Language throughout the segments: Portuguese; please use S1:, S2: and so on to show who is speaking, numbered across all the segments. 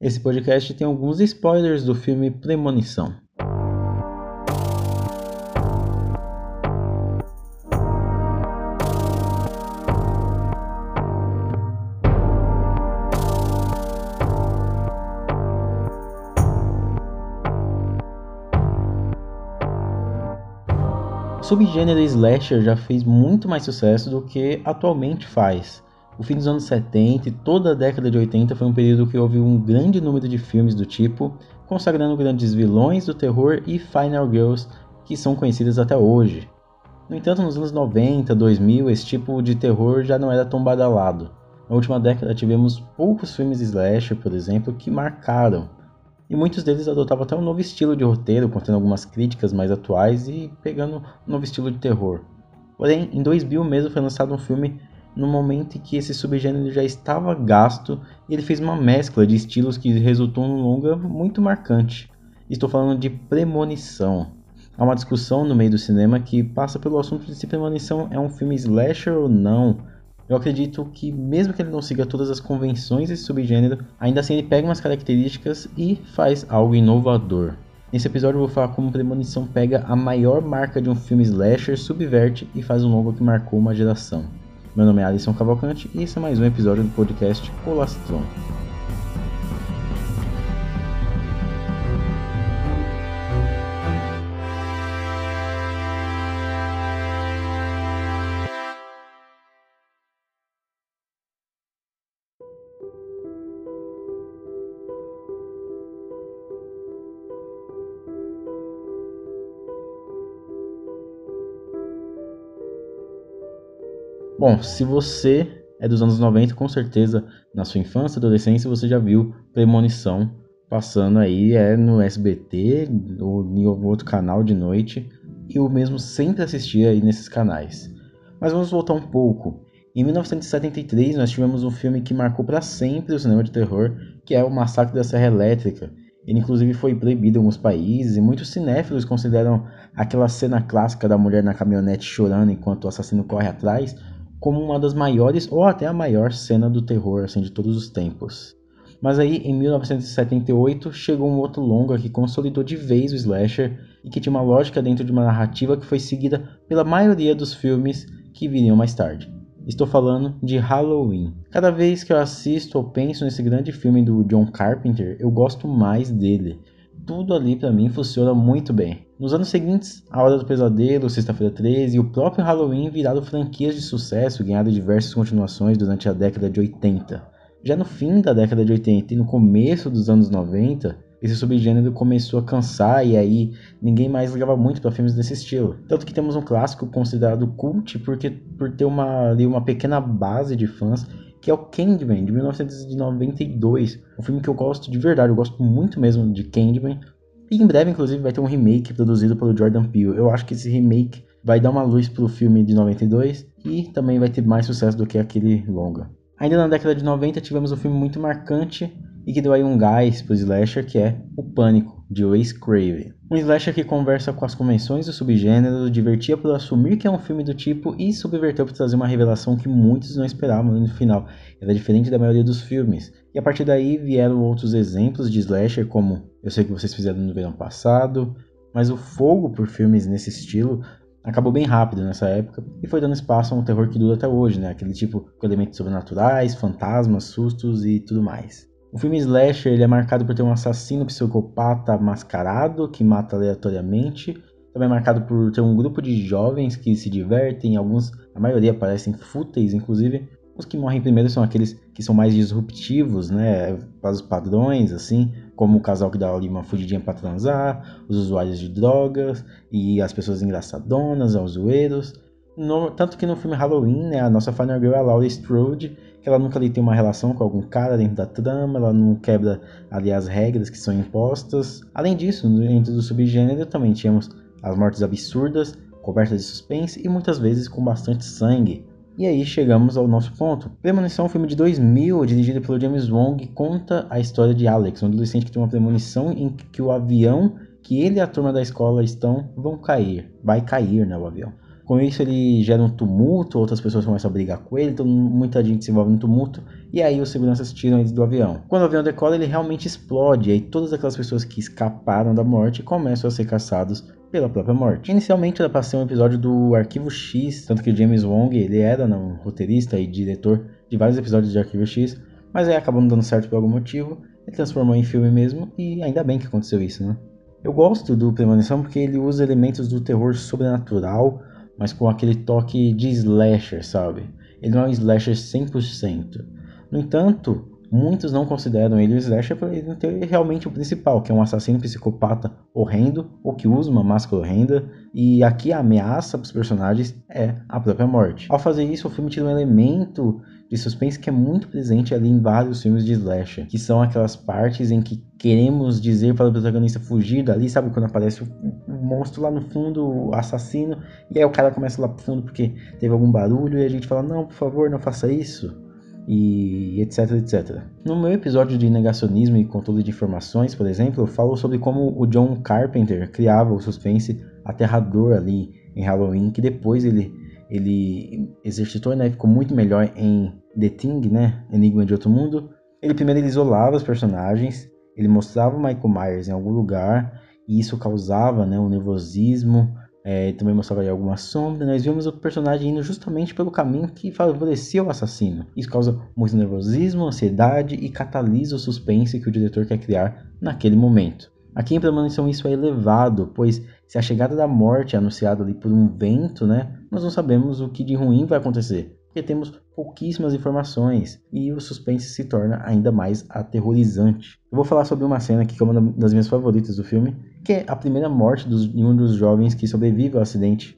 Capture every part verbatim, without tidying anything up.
S1: Esse podcast tem alguns spoilers do filme Premonição. O subgênero slasher já fez muito mais sucesso do que atualmente faz. O fim dos anos setenta e toda a década de oitenta foi um período que houve um grande número de filmes do tipo, consagrando grandes vilões do terror e final girls que são conhecidas até hoje. No entanto, nos anos noventa, dois mil, esse tipo de terror já não era tão badalado. Na última década tivemos poucos filmes slasher, por exemplo, que marcaram. E muitos deles adotavam até um novo estilo de roteiro, contendo algumas críticas mais atuais e pegando um novo estilo de terror. Porém, em dois mil mesmo foi lançado um filme no momento em que esse subgênero já estava gasto e ele fez uma mescla de estilos que resultou num longa muito marcante. Estou falando de Premonição. Há uma discussão no meio do cinema que passa pelo assunto de se Premonição é um filme slasher ou não. Eu acredito que, mesmo que ele não siga todas as convenções desse subgênero, ainda assim ele pega umas características e faz algo inovador. Nesse episódio eu vou falar como Premonição pega a maior marca de um filme slasher, subverte e faz um longa que marcou uma geração. Meu nome é Alisson Cavalcante e esse é mais um episódio do podcast Colastron. Bom, se você é dos anos noventa, com certeza na sua infância e adolescência você já viu Premonição passando aí é no S B T ou em algum outro canal de noite, e eu mesmo sempre assistia aí nesses canais. Mas vamos voltar um pouco. Em mil novecentos e setenta e três nós tivemos um filme que marcou para sempre o cinema de terror, que é o Massacre da Serra Elétrica. Ele inclusive foi proibido em alguns países e muitos cinéfilos consideram aquela cena clássica da mulher na caminhonete chorando enquanto o assassino corre atrás como uma das maiores ou até a maior cena do terror assim, de todos os tempos. Mas aí, em mil novecentos e setenta e oito, chegou um outro longa que consolidou de vez o slasher e que tinha uma lógica dentro de uma narrativa que foi seguida pela maioria dos filmes que viriam mais tarde. Estou falando de Halloween. Cada vez que eu assisto ou penso nesse grande filme do John Carpenter, eu gosto mais dele. Tudo ali pra mim funciona muito bem. Nos anos seguintes, A Hora do Pesadelo, Sexta-feira treze e o próprio Halloween viraram franquias de sucesso e ganharam diversas continuações durante a década de oitenta. Já no fim da década de oitenta e no começo dos anos noventa, esse subgênero começou a cansar e aí ninguém mais ligava muito para filmes desse estilo. Tanto que temos um clássico considerado cult porque, por ter uma, ali uma pequena base de fãs, que é o Candyman, de mil novecentos e noventa e dois. Um filme que eu gosto de verdade, eu gosto muito mesmo de Candyman. E em breve, inclusive, vai ter um remake produzido pelo Jordan Peele. Eu acho que esse remake vai dar uma luz pro filme de noventa e dois e também vai ter mais sucesso do que aquele longa. Ainda na década de noventa tivemos um filme muito marcante e que deu aí um gás pro slasher, que é O Pânico, de Wes Craven. Um slasher que conversa com as convenções do subgênero, divertia por assumir que é um filme do tipo e subverteu por trazer uma revelação que muitos não esperavam no final. Era diferente da maioria dos filmes. E a partir daí vieram outros exemplos de slasher, como Eu Sei Que Vocês Fizeram no Verão Passado, mas o fogo por filmes nesse estilo acabou bem rápido nessa época e foi dando espaço a um terror que dura até hoje, né? Aquele tipo com elementos sobrenaturais, fantasmas, sustos e tudo mais. O filme slasher ele é marcado por ter um assassino psicopata mascarado que mata aleatoriamente. Também é marcado por ter um grupo de jovens que se divertem, alguns, a maioria parecem fúteis, inclusive. Os que morrem primeiro são aqueles que são mais disruptivos, né, para os padrões, assim, como o casal que dá ali uma fugidinha para transar, os usuários de drogas e as pessoas engraçadonas, os zoeiros. No, tanto que no filme Halloween, né, a nossa final girl é a Laurie Strode, que ela nunca ali tem uma relação com algum cara dentro da trama, ela não quebra ali as regras que são impostas. Além disso, dentro do subgênero também tínhamos as mortes absurdas, cobertas de suspense e muitas vezes com bastante sangue. E aí chegamos ao nosso ponto. Premonição é um filme de dois mil, dirigido pelo James Wong, que conta a história de Alex, um adolescente que tem uma premonição em que o avião que ele e a turma da escola estão vão cair. Vai cair, né, o avião. Com isso ele gera um tumulto, outras pessoas começam a brigar com ele, então muita gente se envolve no tumulto, e aí os seguranças tiram eles do avião. Quando o avião decola, ele realmente explode, e aí todas aquelas pessoas que escaparam da morte começam a ser caçados pela própria morte. Inicialmente era para ser um episódio do Arquivo X, tanto que o James Wong, ele era um roteirista e diretor de vários episódios de Arquivo X, mas aí acabou não dando certo por algum motivo, ele transformou em filme mesmo, e ainda bem que aconteceu isso, né? Eu gosto do Premonição porque ele usa elementos do terror sobrenatural, mas com aquele toque de slasher, sabe? Ele não é um slasher cem por cento. No entanto, muitos não consideram ele um slasher por ele não ter realmente o principal, que é um assassino psicopata horrendo, ou que usa uma máscara horrenda, e aqui a ameaça para os personagens é a própria morte. Ao fazer isso, o filme tira um elemento de suspense que é muito presente ali em vários filmes de slasher, que são aquelas partes em que queremos dizer para o protagonista fugir dali, sabe? Quando aparece o, o monstro lá no fundo, o assassino, e aí o cara começa lá pro fundo porque teve algum barulho, e a gente fala, não, por favor, não faça isso, e etc, etcétera. No meu episódio de negacionismo e controle de informações, por exemplo, eu falo sobre como o John Carpenter criava o suspense aterrador ali em Halloween, que depois ele, ele exercitou, né? Ficou muito melhor em The Thing, né? Enigma de Outro Mundo. Ele primeiro ele isolava os personagens, ele mostrava o Michael Myers em algum lugar, e isso causava, né, um nervosismo, é, também mostrava ali alguma sombra. Nós vimos o personagem indo justamente pelo caminho que favorecia o assassino. Isso causa muito nervosismo, ansiedade e catalisa o suspense que o diretor quer criar naquele momento. Aqui em Premonição isso é elevado, pois se a chegada da morte é anunciada ali por um vento, né, nós não sabemos o que de ruim vai acontecer, porque temos pouquíssimas informações e o suspense se torna ainda mais aterrorizante. Eu vou falar sobre uma cena aqui que é uma das minhas favoritas do filme, que é a primeira morte dos, de um dos jovens que sobrevive ao acidente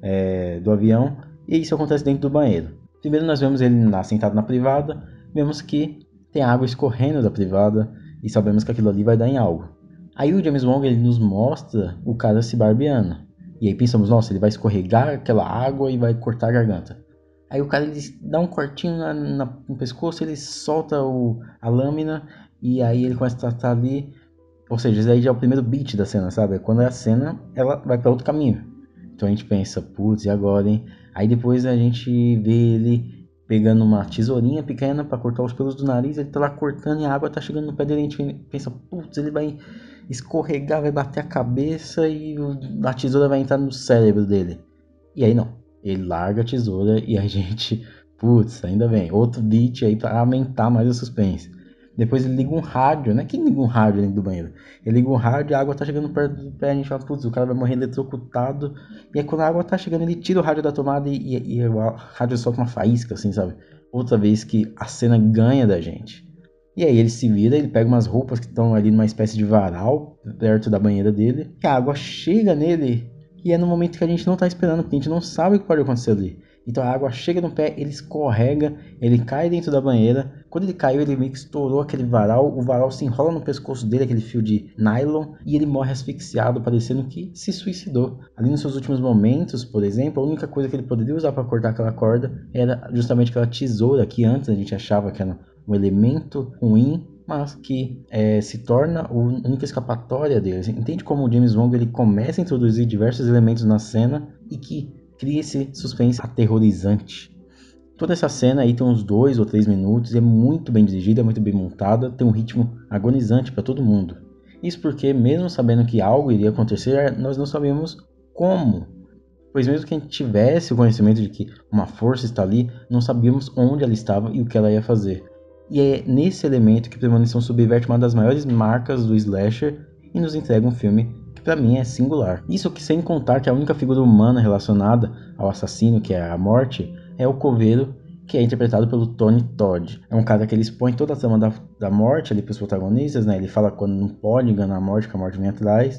S1: é, do avião, e isso acontece dentro do banheiro. Primeiro nós vemos ele lá sentado na privada, vemos que tem água escorrendo da privada e sabemos que aquilo ali vai dar em algo. Aí o James Wong ele nos mostra o cara se barbeando, e aí pensamos, nossa, ele vai escorregar aquela água e vai cortar a garganta. Aí o cara ele dá um cortinho na, na, no pescoço, ele solta o, a lâmina e aí ele começa a tratar ali. Ou seja, esse aí já é o primeiro beat da cena, sabe? Quando a cena ela vai para outro caminho. Então a gente pensa, putz, e agora, hein? Aí depois a gente vê ele pegando uma tesourinha pequena para cortar os pelos do nariz, ele tá lá cortando e a água tá chegando no pé dele. A gente pensa, putz, ele vai escorregar, vai bater a cabeça e a tesoura vai entrar no cérebro dele. E aí não. Ele larga a tesoura e a gente, putz, ainda bem, outro beat aí para aumentar mais o suspense. Depois ele liga um rádio, né? Quem liga um rádio dentro do banheiro? Ele liga um rádio e a água tá chegando perto do pé, a gente fala, putz, o cara vai morrer eletrocutado. E aí quando a água tá chegando, ele tira o rádio da tomada e, e, e o rádio solta uma faísca, assim, sabe? Outra vez que a cena ganha da gente. E aí ele se vira, ele pega umas roupas que estão ali numa espécie de varal, perto da banheira dele, e a água chega nele. E é no momento que a gente não tá esperando, porque a gente não sabe o que pode acontecer ali. Então a água chega no pé, ele escorrega, ele cai dentro da banheira. Quando ele caiu, ele meio que estourou aquele varal. O varal se enrola no pescoço dele, aquele fio de nylon, e ele morre asfixiado, parecendo que se suicidou. Ali nos seus últimos momentos, por exemplo, a única coisa que ele poderia usar para cortar aquela corda era justamente aquela tesoura que antes a gente achava que era um elemento ruim, mas que é, se torna a única escapatória deles. Entende como o James Wong ele começa a introduzir diversos elementos na cena e que cria esse suspense aterrorizante. Toda essa cena aí tem uns dois ou três minutos, é muito bem dirigida, é muito bem montada, tem um ritmo agonizante para todo mundo. Isso porque, mesmo sabendo que algo iria acontecer, nós não sabemos como. Pois mesmo que a gente tivesse o conhecimento de que uma força está ali, não sabíamos onde ela estava e o que ela ia fazer. E é nesse elemento que Premonição subverte uma das maiores marcas do slasher e nos entrega um filme que pra mim é singular. Isso que sem contar que a única figura humana relacionada ao assassino, que é a morte, é o coveiro, que é interpretado pelo Tony Todd. É um cara que ele expõe toda a trama da, da morte ali pros protagonistas, né? Ele fala quando não pode enganar a morte, que a morte vem atrás.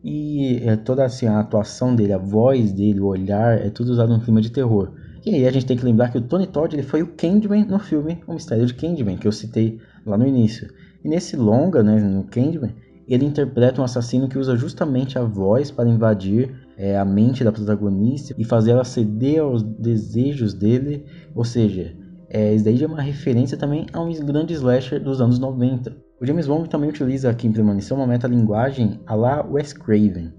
S1: E é toda assim, a atuação dele, a voz dele, o olhar, é tudo usado num clima de terror. E aí a gente tem que lembrar que o Tony Todd ele foi o Candyman no filme O Mistério de Candyman, que eu citei lá no início. E nesse longa, né, no Candyman, ele interpreta um assassino que usa justamente a voz para invadir é, a mente da protagonista e fazer ela ceder aos desejos dele. Ou seja, é, isso daí já é uma referência também a um grande slasher dos anos noventa. O James Wong também utiliza aqui em Premonição uma metalinguagem à la Wes Craven.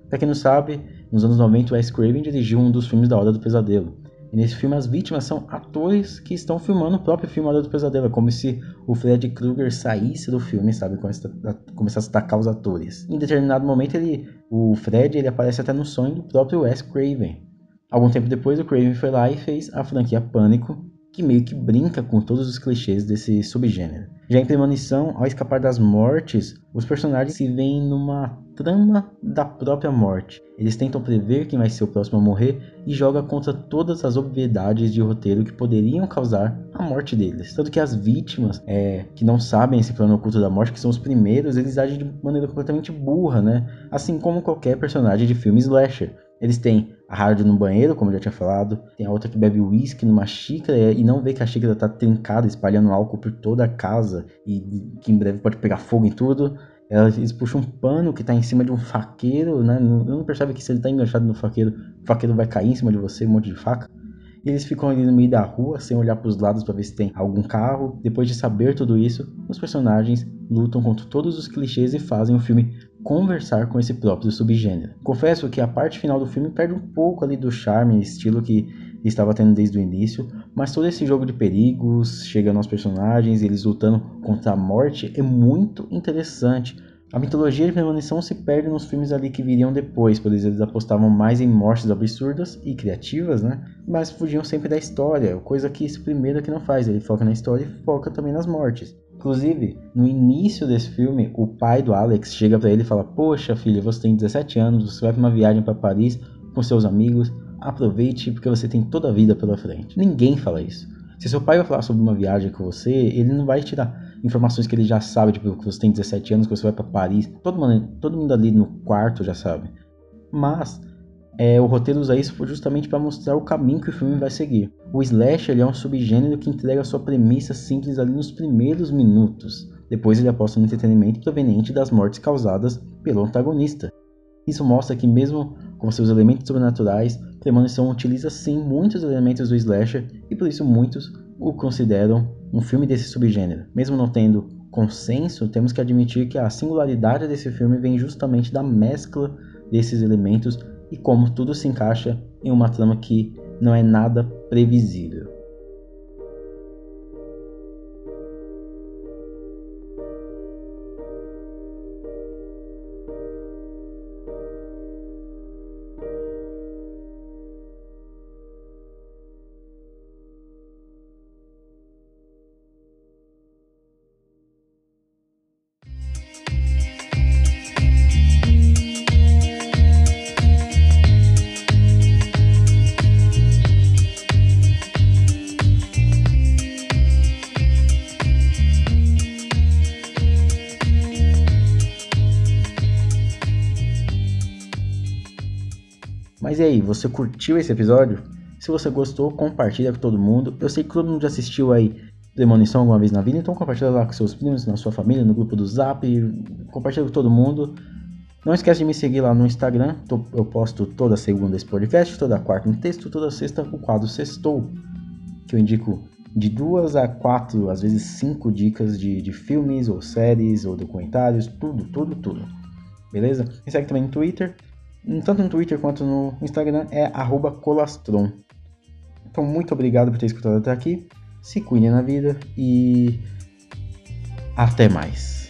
S1: Pra quem não sabe, nos anos noventa o Wes Craven dirigiu um dos filmes da Hora do Pesadelo. E nesse filme as vítimas são atores que estão filmando o próprio filme Hora do Pesadelo. É como se o Freddy Krueger saísse do filme, sabe? Começasse a atacar os atores. Em determinado momento, ele, o Freddy ele aparece até no sonho do próprio Wes Craven. Algum tempo depois, o Craven foi lá e fez a franquia Pânico, que meio que brinca com todos os clichês desse subgênero. Já em Premonição, ao escapar das mortes, os personagens se veem numa trama da própria morte. Eles tentam prever quem vai ser o próximo a morrer e jogam contra todas as obviedades de roteiro que poderiam causar a morte deles. Tanto que as vítimas, é, que não sabem esse plano oculto da morte, que são os primeiros, eles agem de maneira completamente burra, né? Assim como qualquer personagem de filme slasher. Eles têm a Hardy no banheiro, como eu já tinha falado. Tem a outra que bebe uísque numa xícara e não vê que a xícara tá trincada, espalhando álcool por toda a casa e que em breve pode pegar fogo em tudo. Eles puxam um pano que tá em cima de um faqueiro, né? Não percebe que se ele tá enganchado no faqueiro, o faqueiro vai cair em cima de você, um monte de faca. E eles ficam ali no meio da rua, sem olhar para os lados para ver se tem algum carro. Depois de saber tudo isso, os personagens lutam contra todos os clichês e fazem o filme conversar com esse próprio subgênero. Confesso que a parte final do filme perde um pouco ali do charme e estilo que estava tendo desde o início, mas todo esse jogo de perigos, chegando aos personagens, eles lutando contra a morte, é muito interessante. A mitologia de Premonição se perde nos filmes ali que viriam depois, pois eles apostavam mais em mortes absurdas e criativas, né? Mas fugiam sempre da história, coisa que esse primeiro aqui não faz, ele foca na história e foca também nas mortes. Inclusive, no início desse filme, o pai do Alex chega pra ele e fala: "Poxa filho, você tem dezessete anos, você vai pra uma viagem para Paris com seus amigos, aproveite porque você tem toda a vida pela frente." Ninguém fala isso. Se seu pai vai falar sobre uma viagem com você, ele não vai tirar informações que ele já sabe, tipo que você tem dezessete anos, que você vai para Paris. Todo mundo, todo mundo ali no quarto já sabe. Mas é, o roteiro usa isso justamente para mostrar o caminho que o filme vai seguir. O slasher ele é um subgênero que entrega sua premissa simples ali nos primeiros minutos. Depois ele aposta no entretenimento proveniente das mortes causadas pelo antagonista. Isso mostra que mesmo com seus elementos sobrenaturais, Premonição utiliza sim muitos elementos do slasher e por isso muitos o consideram um filme desse subgênero. Mesmo não tendo consenso, temos que admitir que a singularidade desse filme vem justamente da mescla desses elementos e como tudo se encaixa em uma trama que não é nada previsível. Mas e aí, você curtiu esse episódio? Se você gostou, compartilha com todo mundo. Eu sei que todo mundo já assistiu aí Premonição alguma vez na vida, então compartilha lá com seus primos, na sua família, no grupo do Zap, compartilha com todo mundo. Não esquece de me seguir lá no Instagram, eu posto toda segunda esse podcast, toda quarta um texto, toda sexta o quadro Sextou, que eu indico de duas a quatro, às vezes cinco dicas de, de filmes, ou séries, ou documentários, tudo, tudo, tudo. Beleza? Me segue também no Twitter. Tanto no Twitter quanto no Instagram é arroba colastron. Então muito obrigado por ter escutado até aqui. Se cuidem na vida e até mais.